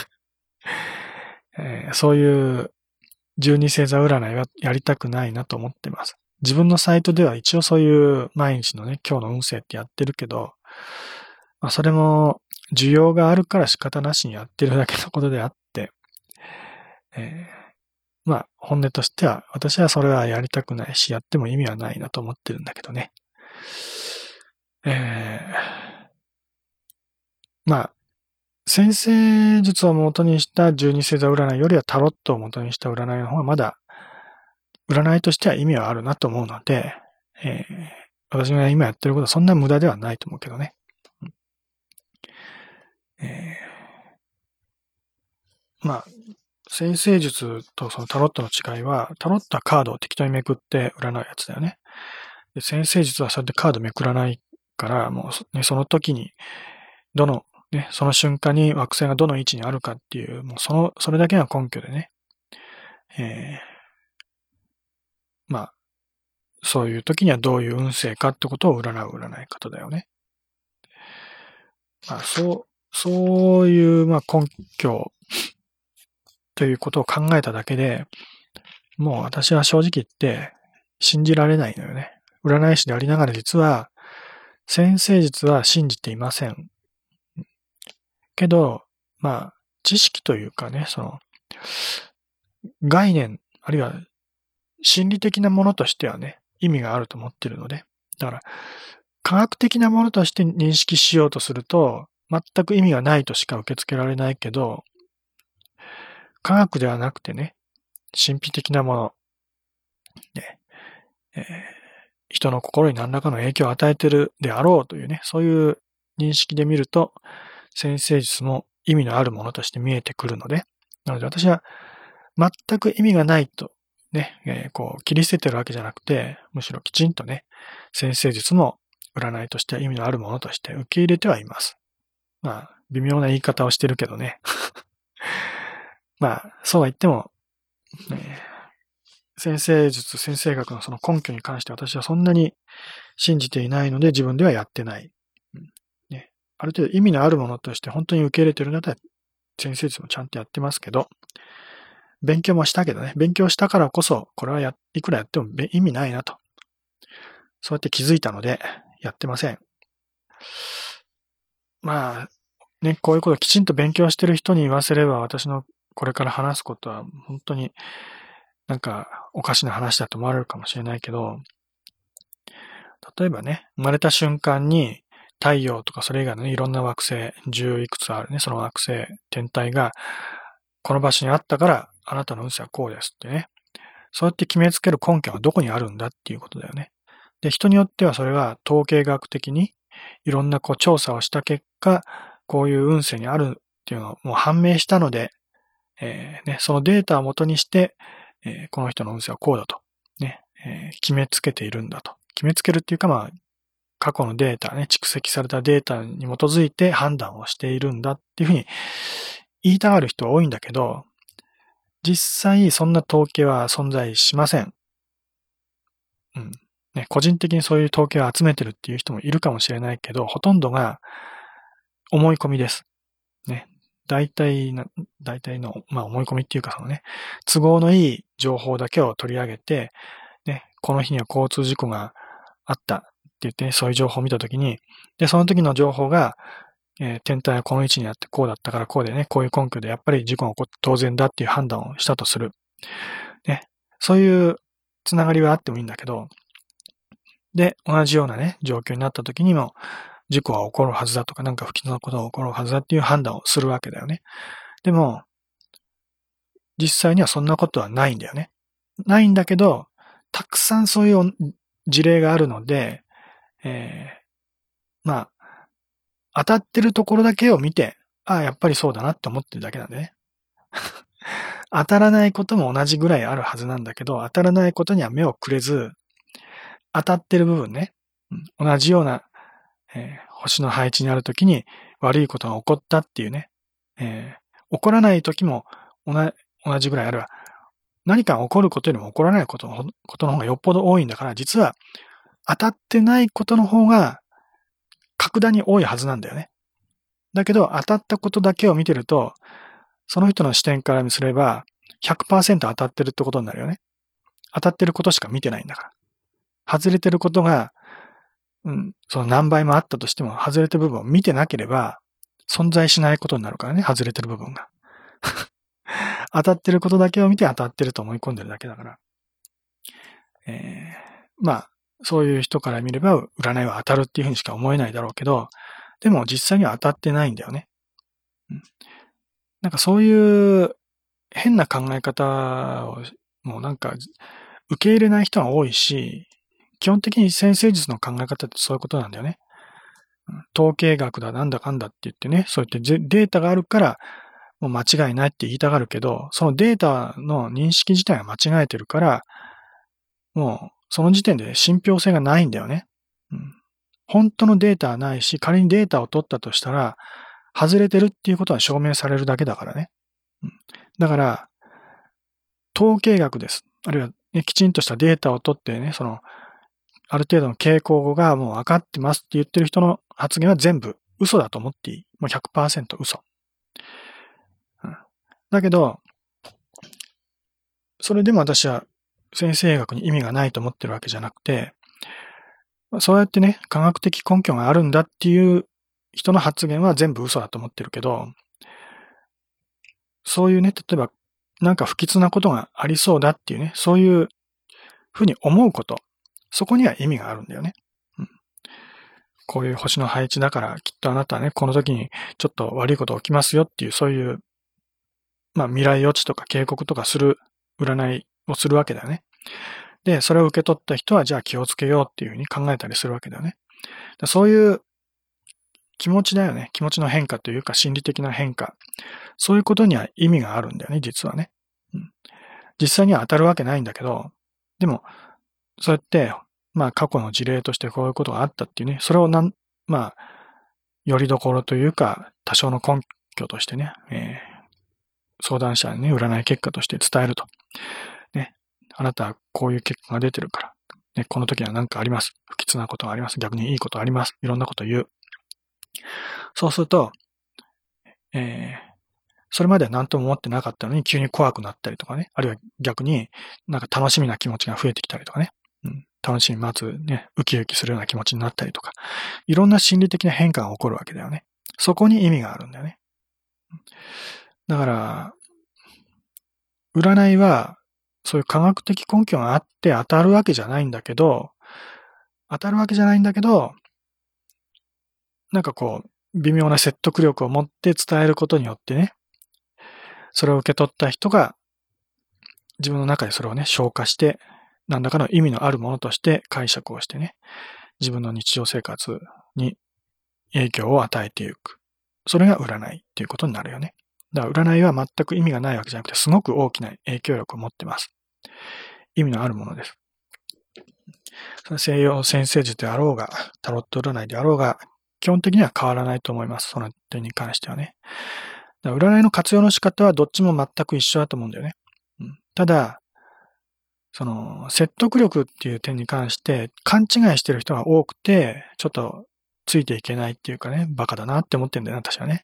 えー、そういう十二星座占いはやりたくないなと思ってます。自分のサイトでは一応そういう毎日のね、今日の運勢ってやってるけど、まあ、それも需要があるから仕方なしにやってるだけのことであって、えー、まあ本音としては私はそれはやりたくないし、やっても意味はないなと思ってるんだけどね。えー、まあ、 先生術を元にした十二星座占いよりはタロットを元にした占いの方がまだ占いとしては意味はあるなと思うので、えー、私が今やってることはそんな無駄ではないと思うけどね。えー、まあ、先生術とそのタロットの違いは、タロットはカードを適当にめくって占うやつだよね。で先生術はそうやってカードめくらないから、もう、ね、その時に、どの、ね、その瞬間に惑星がどの位置にあるかっていう、もうその、それだけが根拠でね、えー、まあ、そういう時にはどういう運勢かってことを占う占い方だよね。まあ、そう、そういう、まあ、根拠ということを考えただけで、もう私は正直言って信じられないのよね。占い師でありながら実は、先生術は信じていません。けど、まあ、知識というかね、その、概念、あるいは心理的なものとしてはね、意味があると思っているので、だから、科学的なものとして認識しようとすると、全く意味がないとしか受け付けられないけど、科学ではなくてね、神秘的なもの、ね、えー、人の心に何らかの影響を与えているであろうというね、そういう認識で見ると、先生術も意味のあるものとして見えてくるので、なので私は全く意味がないとね、えー、こう切り捨ててるわけじゃなくて、むしろきちんとね、先生術も占いとしては意味のあるものとして受け入れてはいます。まあ、微妙な言い方をしてるけどね。まあ、そうは言っても、ね、先生術、先生学のその根拠に関して私はそんなに信じていないので自分ではやってない。うんね、ある程度意味のあるものとして本当に受け入れてるんだったら先生術もちゃんとやってますけど、勉強もしたけどね、勉強したからこそ、これはや、いくらやっても意味ないなと。そうやって気づいたので、やってません。まあ、ね、こういうことをきちんと勉強してる人に言わせれば、私のこれから話すことは、本当になんかおかしな話だと思われるかもしれないけど、例えばね、生まれた瞬間に太陽とかそれ以外のね、いろんな惑星、十いくつあるね、その惑星、天体が、この場所にあったから、あなたの運勢はこうですってね。そうやって決めつける根拠はどこにあるんだっていうことだよね。で、人によってはそれは統計学的にいろんなこう調査をした結果、こういう運勢にあるっていうのをもう判明したので、えーね、そのデータを元にして、えーこの人の運勢はこうだと、ね、えー決めつけているんだと。決めつけるっていうか、まあ、過去のデータね、蓄積されたデータに基づいて判断をしているんだっていうふうに言いたがる人は多いんだけど、実際そんな統計は存在しません。うん。ね、個人的にそういう統計を集めてるっていう人もいるかもしれないけど、ほとんどが思い込みです。ね。大体な、大体の、まあ思い込みっていうかそのね、都合のいい情報だけを取り上げて、ね、この日には交通事故があったって言って、ね、そういう情報を見たときに、で、その時の情報が、えー天体はこの位置にあってこうだったからこうでね、こういう根拠でやっぱり事故が起こって当然だっていう判断をしたとする。ね。そういうつながりはあってもいいんだけど、で、同じようなね、状況になった時にも、事故は起こるはずだとか、なんか不吉なことが起こるはずだっていう判断をするわけだよね。でも、実際にはそんなことはないんだよね。ないんだけど、たくさんそういう事例があるので、えー、まあ、当たってるところだけを見て、ああ、やっぱりそうだなって思ってるだけなんでね。当たらないことも同じぐらいあるはずなんだけど、当たらないことには目をくれず、当たってる部分ね、同じような、えー星の配置にあるときに悪いことが起こったっていうね、えー起こらないときも同じぐらいあるわ。何か起こることよりも起こらないことのことの方がよっぽど多いんだから、実は当たってないことの方が格段に多いはずなんだよね。だけど当たったことだけを見てると、その人の視点からすれば ひゃくパーセント 当たってるってことになるよね。当たってることしか見てないんだから。外れてることが、うん、その何倍もあったとしても、外れてる部分を見てなければ、存在しないことになるからね、外れてる部分が。当たってることだけを見て当たってると思い込んでるだけだから。えー、まあ、そういう人から見れば、占いは当たるっていうふうにしか思えないだろうけど、でも実際には当たってないんだよね。 うん、なんかそういう変な考え方を、もうなんか受け入れない人が多いし、基本的に先生術の考え方ってそういうことなんだよね。統計学だなんだかんだって言ってね、そう言ってデータがあるからもう間違いないって言いたがるけど、そのデータの認識自体が間違えてるから、もうその時点で信憑性がないんだよね。うん、本当のデータはないし、仮にデータを取ったとしたら、外れてるっていうことは証明されるだけだからね。うん、だから、統計学です。あるいは、ね、きちんとしたデータを取ってね、その、ある程度の傾向がもう分かってますって言ってる人の発言は全部嘘だと思っていい。もう ひゃくパーセント 嘘。うん、だけど、それでも私は先生学に意味がないと思ってるわけじゃなくて、そうやってね、科学的根拠があるんだっていう人の発言は全部嘘だと思ってるけど、そういうね、例えばなんか不吉なことがありそうだっていうね、そういうふうに思うこと、そこには意味があるんだよね。うん、こういう星の配置だからきっとあなたはね、この時にちょっと悪いこと起きますよっていう、そういう、まあ未来予知とか警告とかする占いをするわけだよね。で、それを受け取った人はじゃあ気をつけようっていうふうに考えたりするわけだよね。そういう気持ちだよね。気持ちの変化というか心理的な変化。そういうことには意味があるんだよね、実はね。うん、実際には当たるわけないんだけど、でも、そうやって、まあ過去の事例としてこういうことがあったっていうね、それをなん、まあ、よりどころというか、多少の根拠としてね、えー、相談者にね、占い結果として伝えると。ね、あなたはこういう結果が出てるから、ね、この時は何かあります。不吉なことがあります。逆にいいことあります。いろんなこと言う。そうすると、えー、それまでは何とも思ってなかったのに急に怖くなったりとかね。あるいは逆になんか楽しみな気持ちが増えてきたりとかね。うん、楽しみ待つね、ウキウキするような気持ちになったりとか。いろんな心理的な変化が起こるわけだよね。そこに意味があるんだよね。だから、占いはそういう科学的根拠があって当たるわけじゃないんだけど、当たるわけじゃないんだけど、なんかこう、微妙な説得力を持って伝えることによってね、それを受け取った人が自分の中でそれをね、消化して、何らかの意味のあるものとして解釈をしてね、自分の日常生活に影響を与えていく。それが占いっていうことになるよね。だから占いは全く意味がないわけじゃなくて、すごく大きな影響力を持ってます。意味のあるものです。西洋占星術であろうが、タロット占いであろうが、基本的には変わらないと思います。その点に関してはね。だから占いの活用の仕方はどっちも全く一緒だと思うんだよね。うん、ただ、その、説得力っていう点に関して勘違いしてる人が多くて、ちょっとついていけないっていうかね、バカだなって思ってんだよな、私はね。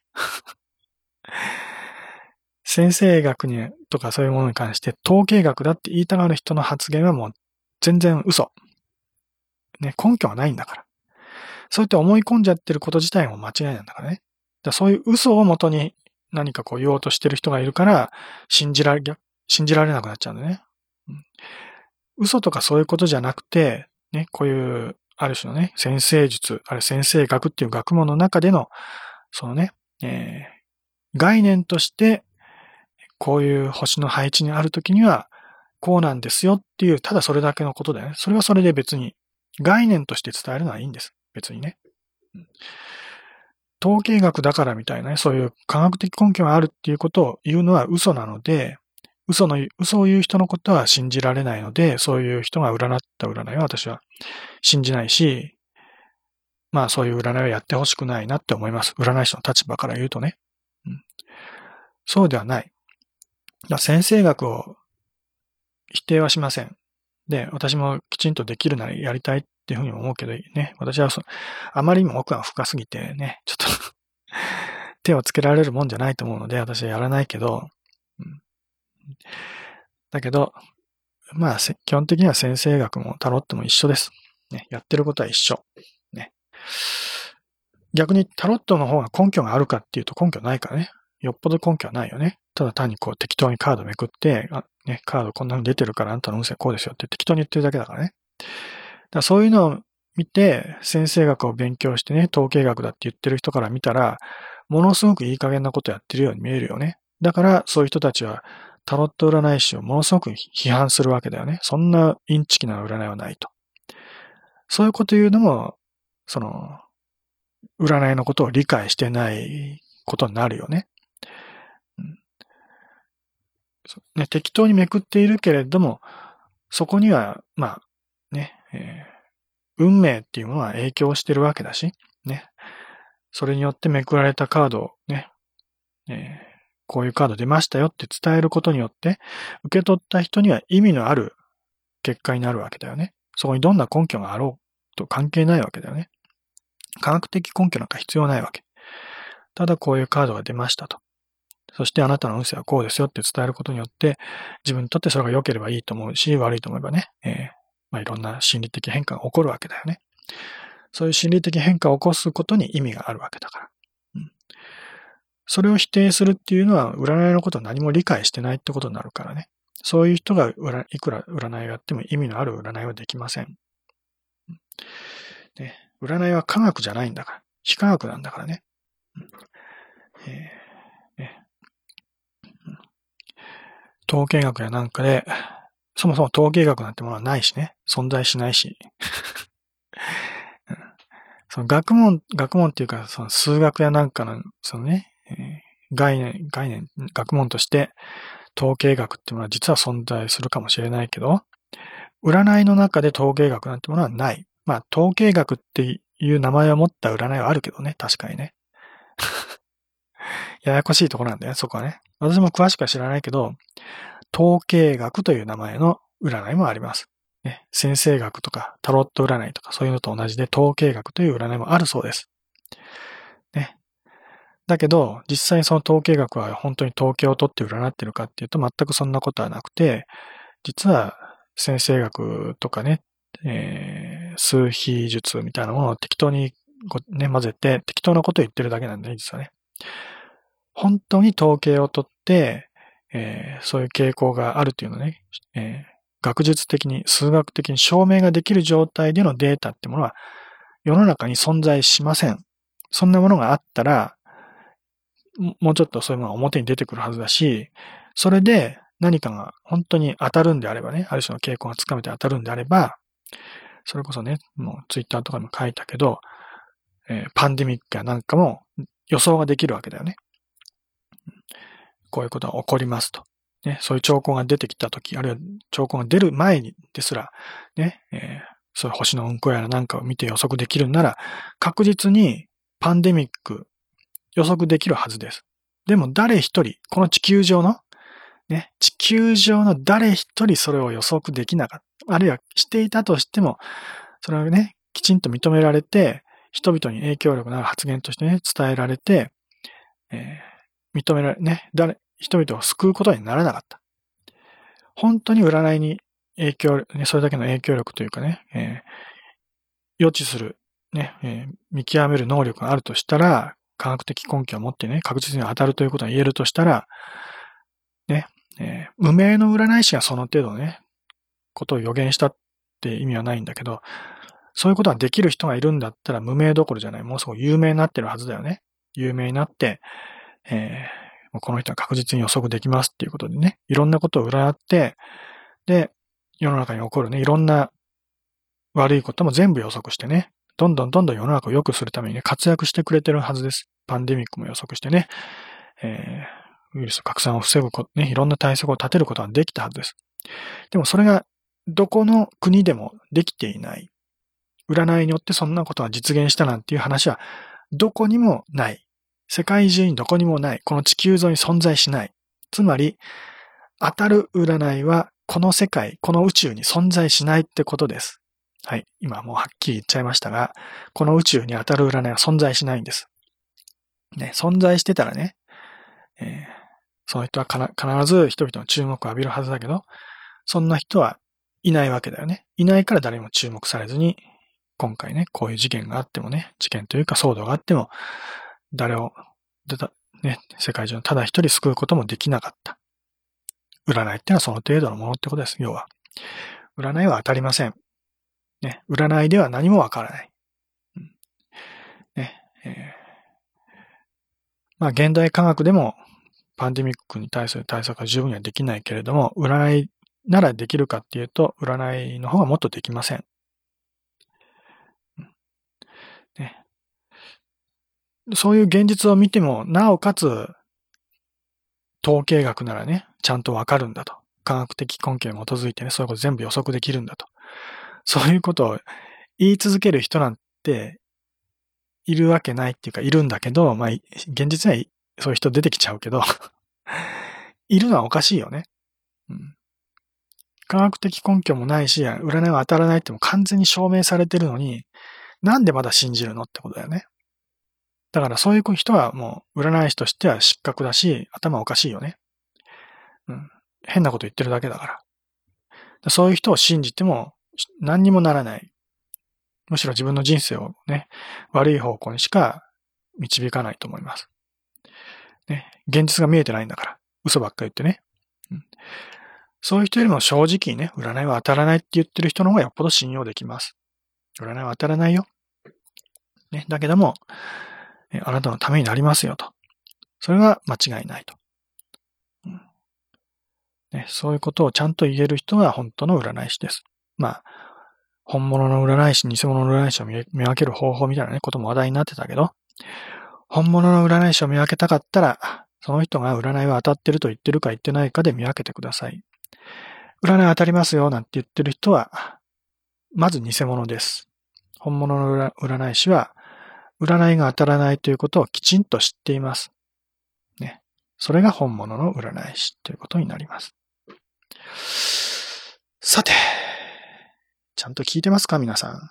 先生学にとかそういうものに関して統計学だって言いたがる人の発言はもう全然嘘。ね、根拠はないんだから。そうやって思い込んじゃってること自体も間違いなんだからね。だそういう嘘をもとに何かこう言おうとしてる人がいるから、信じられ、信じられなくなっちゃうんだよね。うん、嘘とかそういうことじゃなくて、ね、こういう、ある種のね、先生術、あるいは先生学っていう学問の中での、そのね、えー、概念として、こういう星の配置にあるときには、こうなんですよっていう、ただそれだけのことだよね。それはそれで別に、概念として伝えるのはいいんです。別にね。うん、統計学だからみたいなね、そういう科学的根拠があるっていうことを言うのは嘘なので、嘘の、嘘を言う人のことは信じられないので、そういう人が占った占いは私は信じないし、まあそういう占いはやってほしくないなって思います。占い師の立場から言うとね。うん、そうではない。だ先生学を否定はしません。で、私もきちんとできるならやりたいっていうふうに思うけどね、私はそあまりにも奥が深すぎてね、ちょっと手をつけられるもんじゃないと思うので、私はやらないけど、うん、だけど、まあ、基本的には先生学もタロットも一緒です。ね、やってることは一緒。ね。逆にタロットの方が根拠があるかっていうと根拠ないからね。よっぽど根拠はないよね。ただ単にこう適当にカードめくって、あ、ね、カードこんなの出てるからあんたの運勢こうですよって適当に言ってるだけだからね。だからそういうのを見て、先生学を勉強してね、統計学だって言ってる人から見たら、 ものすごくいい加減なことやってるように見えるよね。だからそういう人たちはタロット占い師をものすごく批判するわけだよね。そんなインチキな占いはないと。そういうこと言うのも、その、占いのことを理解してないことになるよね。うんね、適当にめくっているけれども、そこには、まあ、ね、えー運命っていうものは影響してるわけだし、ね。それによってめくられたカードをね、えーこういうカード出ましたよって伝えることによって、受け取った人には意味のある結果になるわけだよね。そこにどんな根拠があろうと関係ないわけだよね。科学的根拠なんか必要ないわけ。ただこういうカードが出ましたと。そしてあなたの運勢はこうですよって伝えることによって、自分にとってそれが良ければいいと思うし、悪いと思えばね、えーまあ、いろんな心理的変化が起こるわけだよね。そういう心理的変化を起こすことに意味があるわけだから。うん、それを否定するっていうのは、占いのことを何も理解してないってことになるからね。そういう人がいくら占いをやっても意味のある占いはできません。ね、占いは科学じゃないんだから。非科学なんだからね。うんえーね統計学やなんかで、そもそも統計学なんてものはないしね。存在しないし。うん、その学問、学問っていうか、その数学やなんかの、そのね、えー概念、概念、学問として統計学っていうものは実は存在するかもしれないけど、占いの中で統計学なんてものはない。まあ、統計学っていう名前を持った占いはあるけどね、確かにね。ややこしいところなんだよね、そこはね。私も詳しくは知らないけど、統計学という名前の占いもあります。ね、先生学とかタロット占いとかそういうのと同じで統計学という占いもあるそうです。ね。だけど、実際その統計学は本当に統計を取って占ってるかっていうと全くそんなことはなくて、実は先生学とかね、えー、数比術みたいなものを適当にね、混ぜて適当なことを言ってるだけなんだね、実はね。本当に統計を取って、えー、そういう傾向があるというのね、えー、学術的に、数学的に証明ができる状態でのデータってものは世の中に存在しません。そんなものがあったら、もうちょっとそういうものが表に出てくるはずだし、それで何かが本当に当たるんであればね、ある種の傾向がつかめて当たるんであれば、それこそね、もうツイッターとかにも書いたけど、えー、パンデミックやなんかも予想ができるわけだよね。こういうことが起こりますと。ね、そういう兆候が出てきたとき、あるいは兆候が出る前にですら、ね、えー、そういう星の運行やらなんかを見て予測できるなら、確実にパンデミック予測できるはずです。でも誰一人、この地球上の、ね、地球上の誰一人それを予測できなかった。あるいはしていたとしても、それはね、きちんと認められて、人々に影響力のある発言としてね、伝えられて、えー、認められ、ね、誰、人々を救うことにならなかった。本当に占いに影響、ね、それだけの影響力というかね、えー、予知する、ね、えー、見極める能力があるとしたら、科学的根拠を持ってね、確実に当たるということが言えるとしたら、ね、えー、無名の占い師がその程度のね、ことを予言したって意味はないんだけど、そういうことができる人がいるんだったら無名どころじゃない、もうすごく有名になってるはずだよね。有名になって、えー、この人は確実に予測できますっていうことでね、いろんなことを占って、で、世の中に起こるね、いろんな悪いことも全部予測してね、どんどんどんどん世の中を良くするためにね、活躍してくれてるはずです。パンデミックも予測してね、えー、ウイルス拡散を防ぐこと、ね、いろんな対策を立てることができたはずです。でもそれがどこの国でもできていない。占いによってそんなことが実現したなんていう話はどこにもない。世界中にどこにもない。この地球上に存在しない。つまり、当たる占いはこの世界、この宇宙に存在しないってことです。はい。今もうはっきり言っちゃいましたが、この宇宙に当たる占いは存在しないんです。ね、存在してたらね、えー、その人は必ず人々の注目を浴びるはずだけど、そんな人はいないわけだよね。いないから誰も注目されずに、今回ね、こういう事件があってもね、事件というか騒動があっても、誰を、ね、世界中のただ一人救うこともできなかった。占いってのはその程度のものってことです、要は。占いは当たりません。ね、占いでは何もわからない。うんねえー、 まあ現代科学でもパンデミックに対する対策は十分にはできないけれども、占いならできるかっていうと、占いの方がもっとできません。ね、そういう現実を見ても、なおかつ、統計学ならね、ちゃんとわかるんだと。科学的根拠に基づいてね、そういうこと全部予測できるんだと。そういうことを言い続ける人なんて、いるわけないっていうか、いるんだけど、まあ、現実にはそういう人出てきちゃうけど、いるのはおかしいよね。うん、科学的根拠もないし、占いは当たらないっても完全に証明されてるのに、なんでまだ信じるのってことだよね。だからそういう人はもう占い師としては失格だし、頭おかしいよね。うん、変なこと言ってるだけだから。そういう人を信じても何にもならない。むしろ自分の人生をね、悪い方向にしか導かないと思います。ね、現実が見えてないんだから。嘘ばっかり言ってね。うん、そういう人よりも正直にね、占いは当たらないって言ってる人の方がよっぽど信用できます。占いは当たらないよ。ね、だけども、あなたのためになりますよと。それは間違いないと。うんね、そういうことをちゃんと言える人が本当の占い師です。まあ、本物の占い師、偽物の占い師を見分ける方法みたいなね、ことも話題になってたけど、本物の占い師を見分けたかったら、その人が占いは当たってると言ってるか言ってないかで見分けてください。占い当たりますよなんて言ってる人は、まず偽物です。本物の占い師は、占いが当たらないということをきちんと知っています。ね。それが本物の占い師ということになります。さて、ちゃんと聞いてますか皆さん、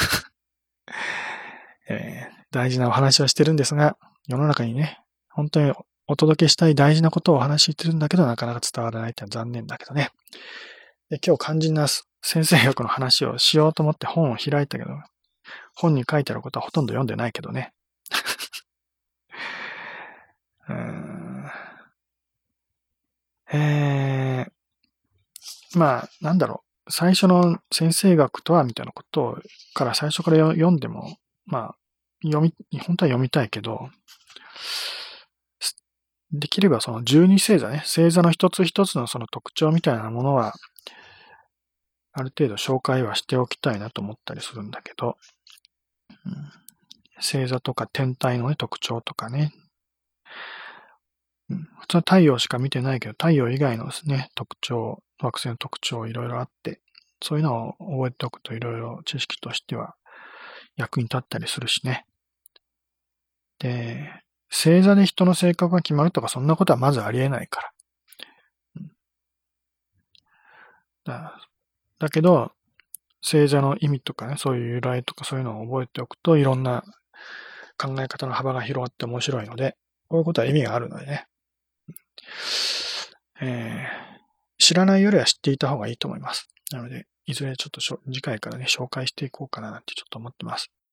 えー。大事なお話をしてるんですが、世の中にね、本当にお届けしたい大事なことをお話ししてるんだけど、なかなか伝わらないって残念だけどね。で今日肝心な先生学の話をしようと思って本を開いたけど、本に書いてあることはほとんど読んでないけどね。うーんえー、まあ、なんだろう。最初の先生学とはみたいなことから最初から読んでも、まあ、読み、本当は読みたいけど、できればその十二星座ね、星座の一つ一つのその特徴みたいなものは、ある程度紹介はしておきたいなと思ったりするんだけど、うん、星座とか天体の、ね、特徴とかね、うん、普通は太陽しか見てないけど、太陽以外のですね、特徴、惑星の特徴いろいろあって、そういうのを覚えておくといろいろ知識としては役に立ったりするしね。で、星座で人の性格が決まるとかそんなことはまずありえないから。うん、だ, だけど、星座の意味とかね、そういう由来とかそういうのを覚えておくといろんな考え方の幅が広がって面白いので、こういうことは意味があるのでね。えー、知らないよりは知っていた方がいいと思います。なので、いずれちょっと次回からね、紹介していこうかななんてちょっと思ってます。